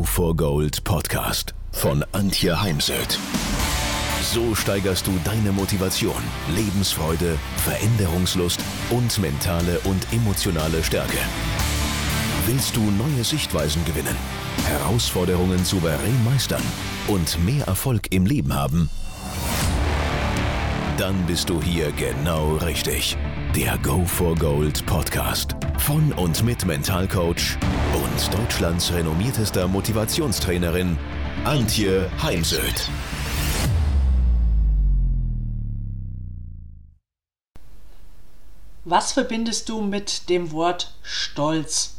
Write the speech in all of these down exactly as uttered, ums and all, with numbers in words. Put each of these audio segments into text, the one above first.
for Gold Podcast von Antje Heimsöth. So steigerst du deine Motivation, Lebensfreude, Veränderungslust und mentale und emotionale Stärke. Willst du neue Sichtweisen gewinnen, Herausforderungen souverän meistern und mehr Erfolg im Leben haben? Dann bist du hier genau richtig. Der Go for Gold Podcast von und mit Mentalcoach und Deutschlands renommiertester Motivationstrainerin Antje Heimsöth. Was verbindest du mit dem Wort Stolz?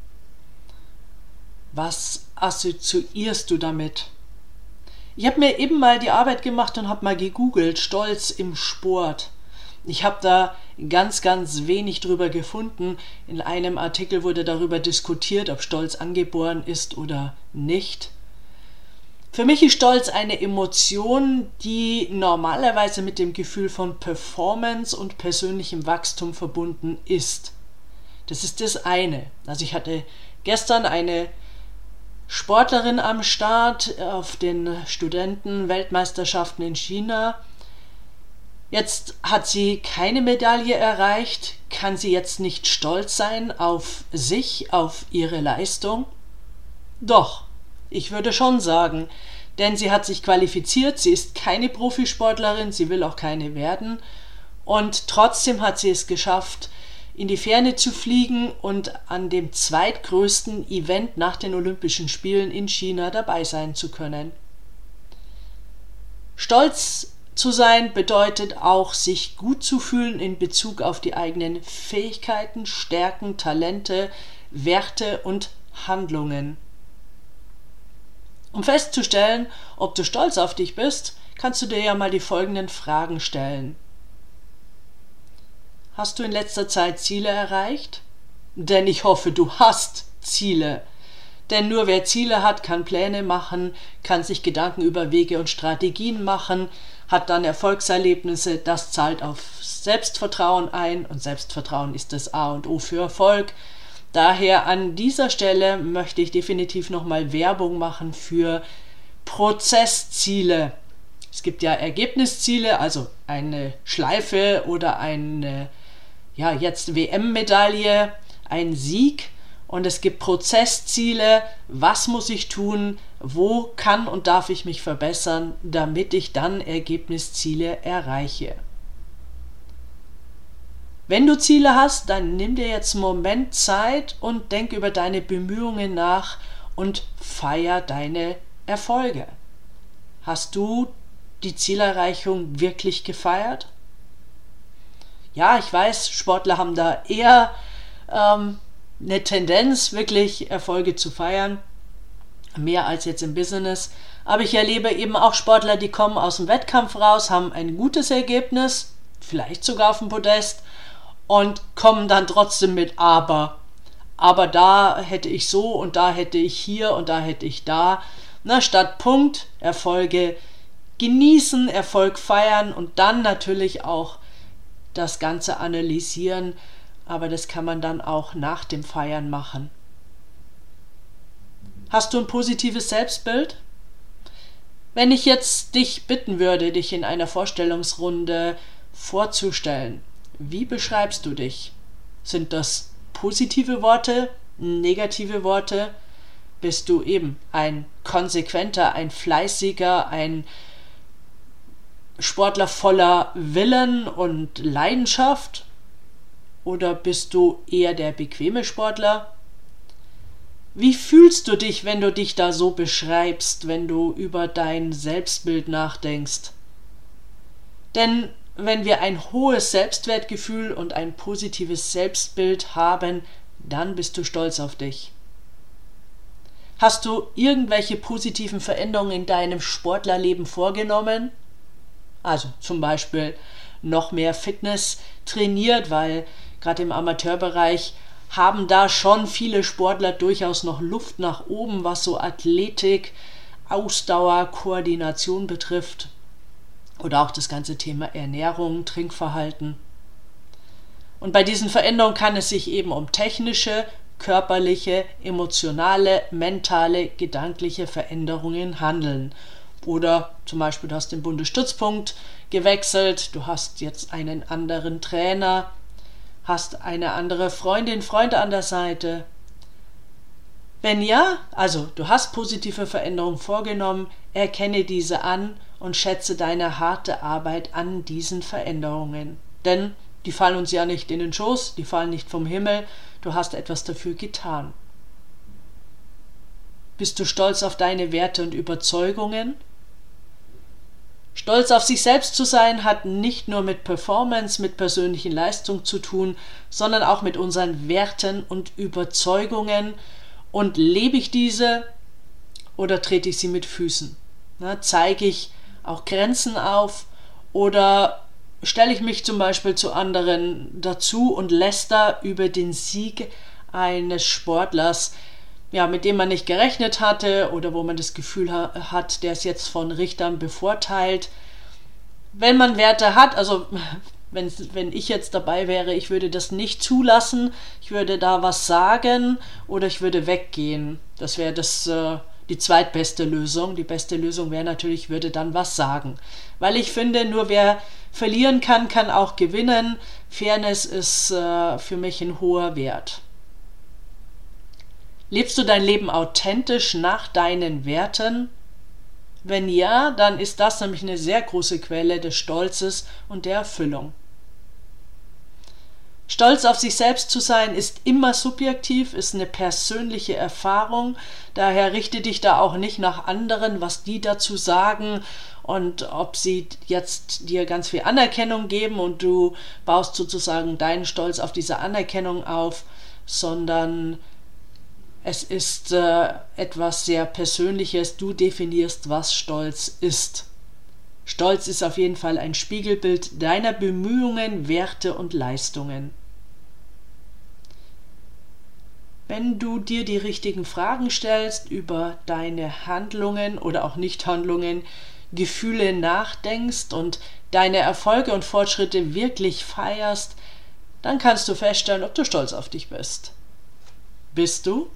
Was assoziierst du damit? Ich habe mir eben mal die Arbeit gemacht und habe mal gegoogelt, Stolz im Sport. Ich habe da ganz, ganz wenig drüber gefunden. In einem Artikel wurde darüber diskutiert, ob Stolz angeboren ist oder nicht. Für mich ist Stolz eine Emotion, die normalerweise mit dem Gefühl von Performance und persönlichem Wachstum verbunden ist. Das ist das eine. Also ich hatte gestern eine Sportlerin am Start auf den Studenten-Weltmeisterschaften in China. Jetzt hat sie keine Medaille erreicht. Kann sie jetzt nicht stolz sein auf sich, auf ihre Leistung? Doch, ich würde schon sagen, denn sie hat sich qualifiziert, sie ist keine Profisportlerin, sie will auch keine werden und trotzdem hat sie es geschafft, in die Ferne zu fliegen und an dem zweitgrößten Event nach den Olympischen Spielen in China dabei sein zu können. Stolz zu sein bedeutet auch, sich gut zu fühlen in Bezug auf die eigenen Fähigkeiten, Stärken, Talente, Werte und Handlungen. Um festzustellen, ob du stolz auf dich bist, kannst du dir ja mal die folgenden Fragen stellen. Hast du in letzter Zeit Ziele erreicht? Denn ich hoffe, du hast Ziele. Denn nur wer Ziele hat, kann Pläne machen, kann sich Gedanken über Wege und Strategien machen, hat dann Erfolgserlebnisse, das zahlt auf Selbstvertrauen ein und Selbstvertrauen ist das A und O für Erfolg. Daher an dieser Stelle möchte ich definitiv nochmal Werbung machen für Prozessziele. Es gibt ja Ergebnisziele, also eine Schleife oder eine, ja jetzt W M-Medaille, ein Sieg. Und es gibt Prozessziele, was muss ich tun, wo kann und darf ich mich verbessern, damit ich dann Ergebnisziele erreiche. Wenn du Ziele hast, dann nimm dir jetzt einen Moment Zeit und denk über deine Bemühungen nach und feier deine Erfolge. Hast du die Zielerreichung wirklich gefeiert? Ja, ich weiß, Sportler haben da eher ähm, eine Tendenz, wirklich Erfolge zu feiern, mehr als jetzt im Business. Aber ich erlebe eben auch Sportler, die kommen aus dem Wettkampf raus, haben ein gutes Ergebnis, vielleicht sogar auf dem Podest und kommen dann trotzdem mit Aber. Aber da hätte ich so und da hätte ich hier und da hätte ich da. Na, statt Punkt, Erfolge genießen, Erfolg feiern und dann natürlich auch das Ganze analysieren. Aber das kann man dann auch nach dem Feiern machen. Hast du ein positives Selbstbild? Wenn ich jetzt dich bitten würde, dich in einer Vorstellungsrunde vorzustellen, wie beschreibst du dich? Sind das positive Worte, negative Worte? Bist du eben ein konsequenter, ein fleißiger, ein Sportler voller Willen und Leidenschaft? Oder bist du eher der bequeme Sportler? Wie fühlst du dich, wenn du dich da so beschreibst, wenn du über dein Selbstbild nachdenkst? Denn wenn wir ein hohes Selbstwertgefühl und ein positives Selbstbild haben, dann bist du stolz auf dich. Hast du irgendwelche positiven Veränderungen in deinem Sportlerleben vorgenommen? Also zum Beispiel noch mehr Fitness trainiert, weil gerade im Amateurbereich haben da schon viele Sportler durchaus noch Luft nach oben, was so Athletik, Ausdauer, Koordination betrifft. Oder auch das ganze Thema Ernährung, Trinkverhalten. Und bei diesen Veränderungen kann es sich eben um technische körperliche, emotionale, mentale, gedankliche Veränderungen handeln. Oder zum Beispiel, du hast den Bundesstützpunkt gewechselt, du hast jetzt einen anderen Trainer, hast eine andere Freundin, Freund an der Seite. Wenn ja, also du hast positive Veränderungen vorgenommen, erkenne diese an und schätze deine harte Arbeit an diesen Veränderungen. Denn die fallen uns ja nicht in den Schoß, die fallen nicht vom Himmel, du hast etwas dafür getan. Bist du stolz auf deine Werte und Überzeugungen? Stolz auf sich selbst zu sein hat nicht nur mit Performance, mit persönlichen Leistungen zu tun, sondern auch mit unseren Werten und Überzeugungen. Und lebe ich diese oder trete ich sie mit Füßen? Na, zeige ich auch Grenzen auf oder stelle ich mich zum Beispiel zu anderen dazu und läster über den Sieg eines Sportlers, ja, mit dem man nicht gerechnet hatte oder wo man das Gefühl ha- hat, der ist jetzt von Richtern bevorteilt. Wenn man Werte hat, also wenn, wenn ich jetzt dabei wäre, ich würde das nicht zulassen, ich würde da was sagen oder ich würde weggehen. Das wäre das, äh, die zweitbeste Lösung. Die beste Lösung wäre natürlich, ich würde dann was sagen. Weil ich finde, nur wer verlieren kann, kann auch gewinnen. Fairness ist äh, für mich ein hoher Wert. Lebst du dein Leben authentisch nach deinen Werten? Wenn ja, dann ist das nämlich eine sehr große Quelle des Stolzes und der Erfüllung. Stolz auf sich selbst zu sein ist immer subjektiv, ist eine persönliche Erfahrung. Daher richte dich da auch nicht nach anderen, was die dazu sagen und ob sie jetzt dir ganz viel Anerkennung geben und du baust sozusagen deinen Stolz auf diese Anerkennung auf, sondern es ist äh, etwas sehr Persönliches. Du definierst, was Stolz ist. Stolz ist auf jeden Fall ein Spiegelbild deiner Bemühungen, Werte und Leistungen. Wenn du dir die richtigen Fragen stellst über deine Handlungen oder auch Nichthandlungen, Gefühle nachdenkst und deine Erfolge und Fortschritte wirklich feierst, dann kannst du feststellen, ob du stolz auf dich bist. Bist du?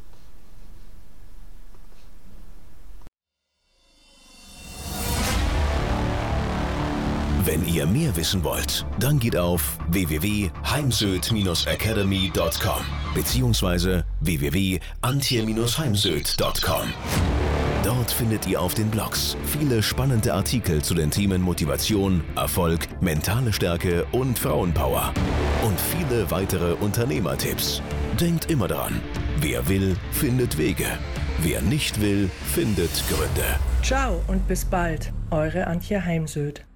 Wenn ihr mehr wissen wollt, dann geht auf w w w punkt heimsöd Bindestrich academy punkt com beziehungsweise w w w punkt antje Bindestrich heimsöd punkt com. Dort findet ihr auf den Blogs viele spannende Artikel zu den Themen Motivation, Erfolg, mentale Stärke und Frauenpower. Und viele weitere Unternehmertipps. Denkt immer daran, wer will, findet Wege. Wer nicht will, findet Gründe. Ciao und bis bald, eure Antje Heimsöd.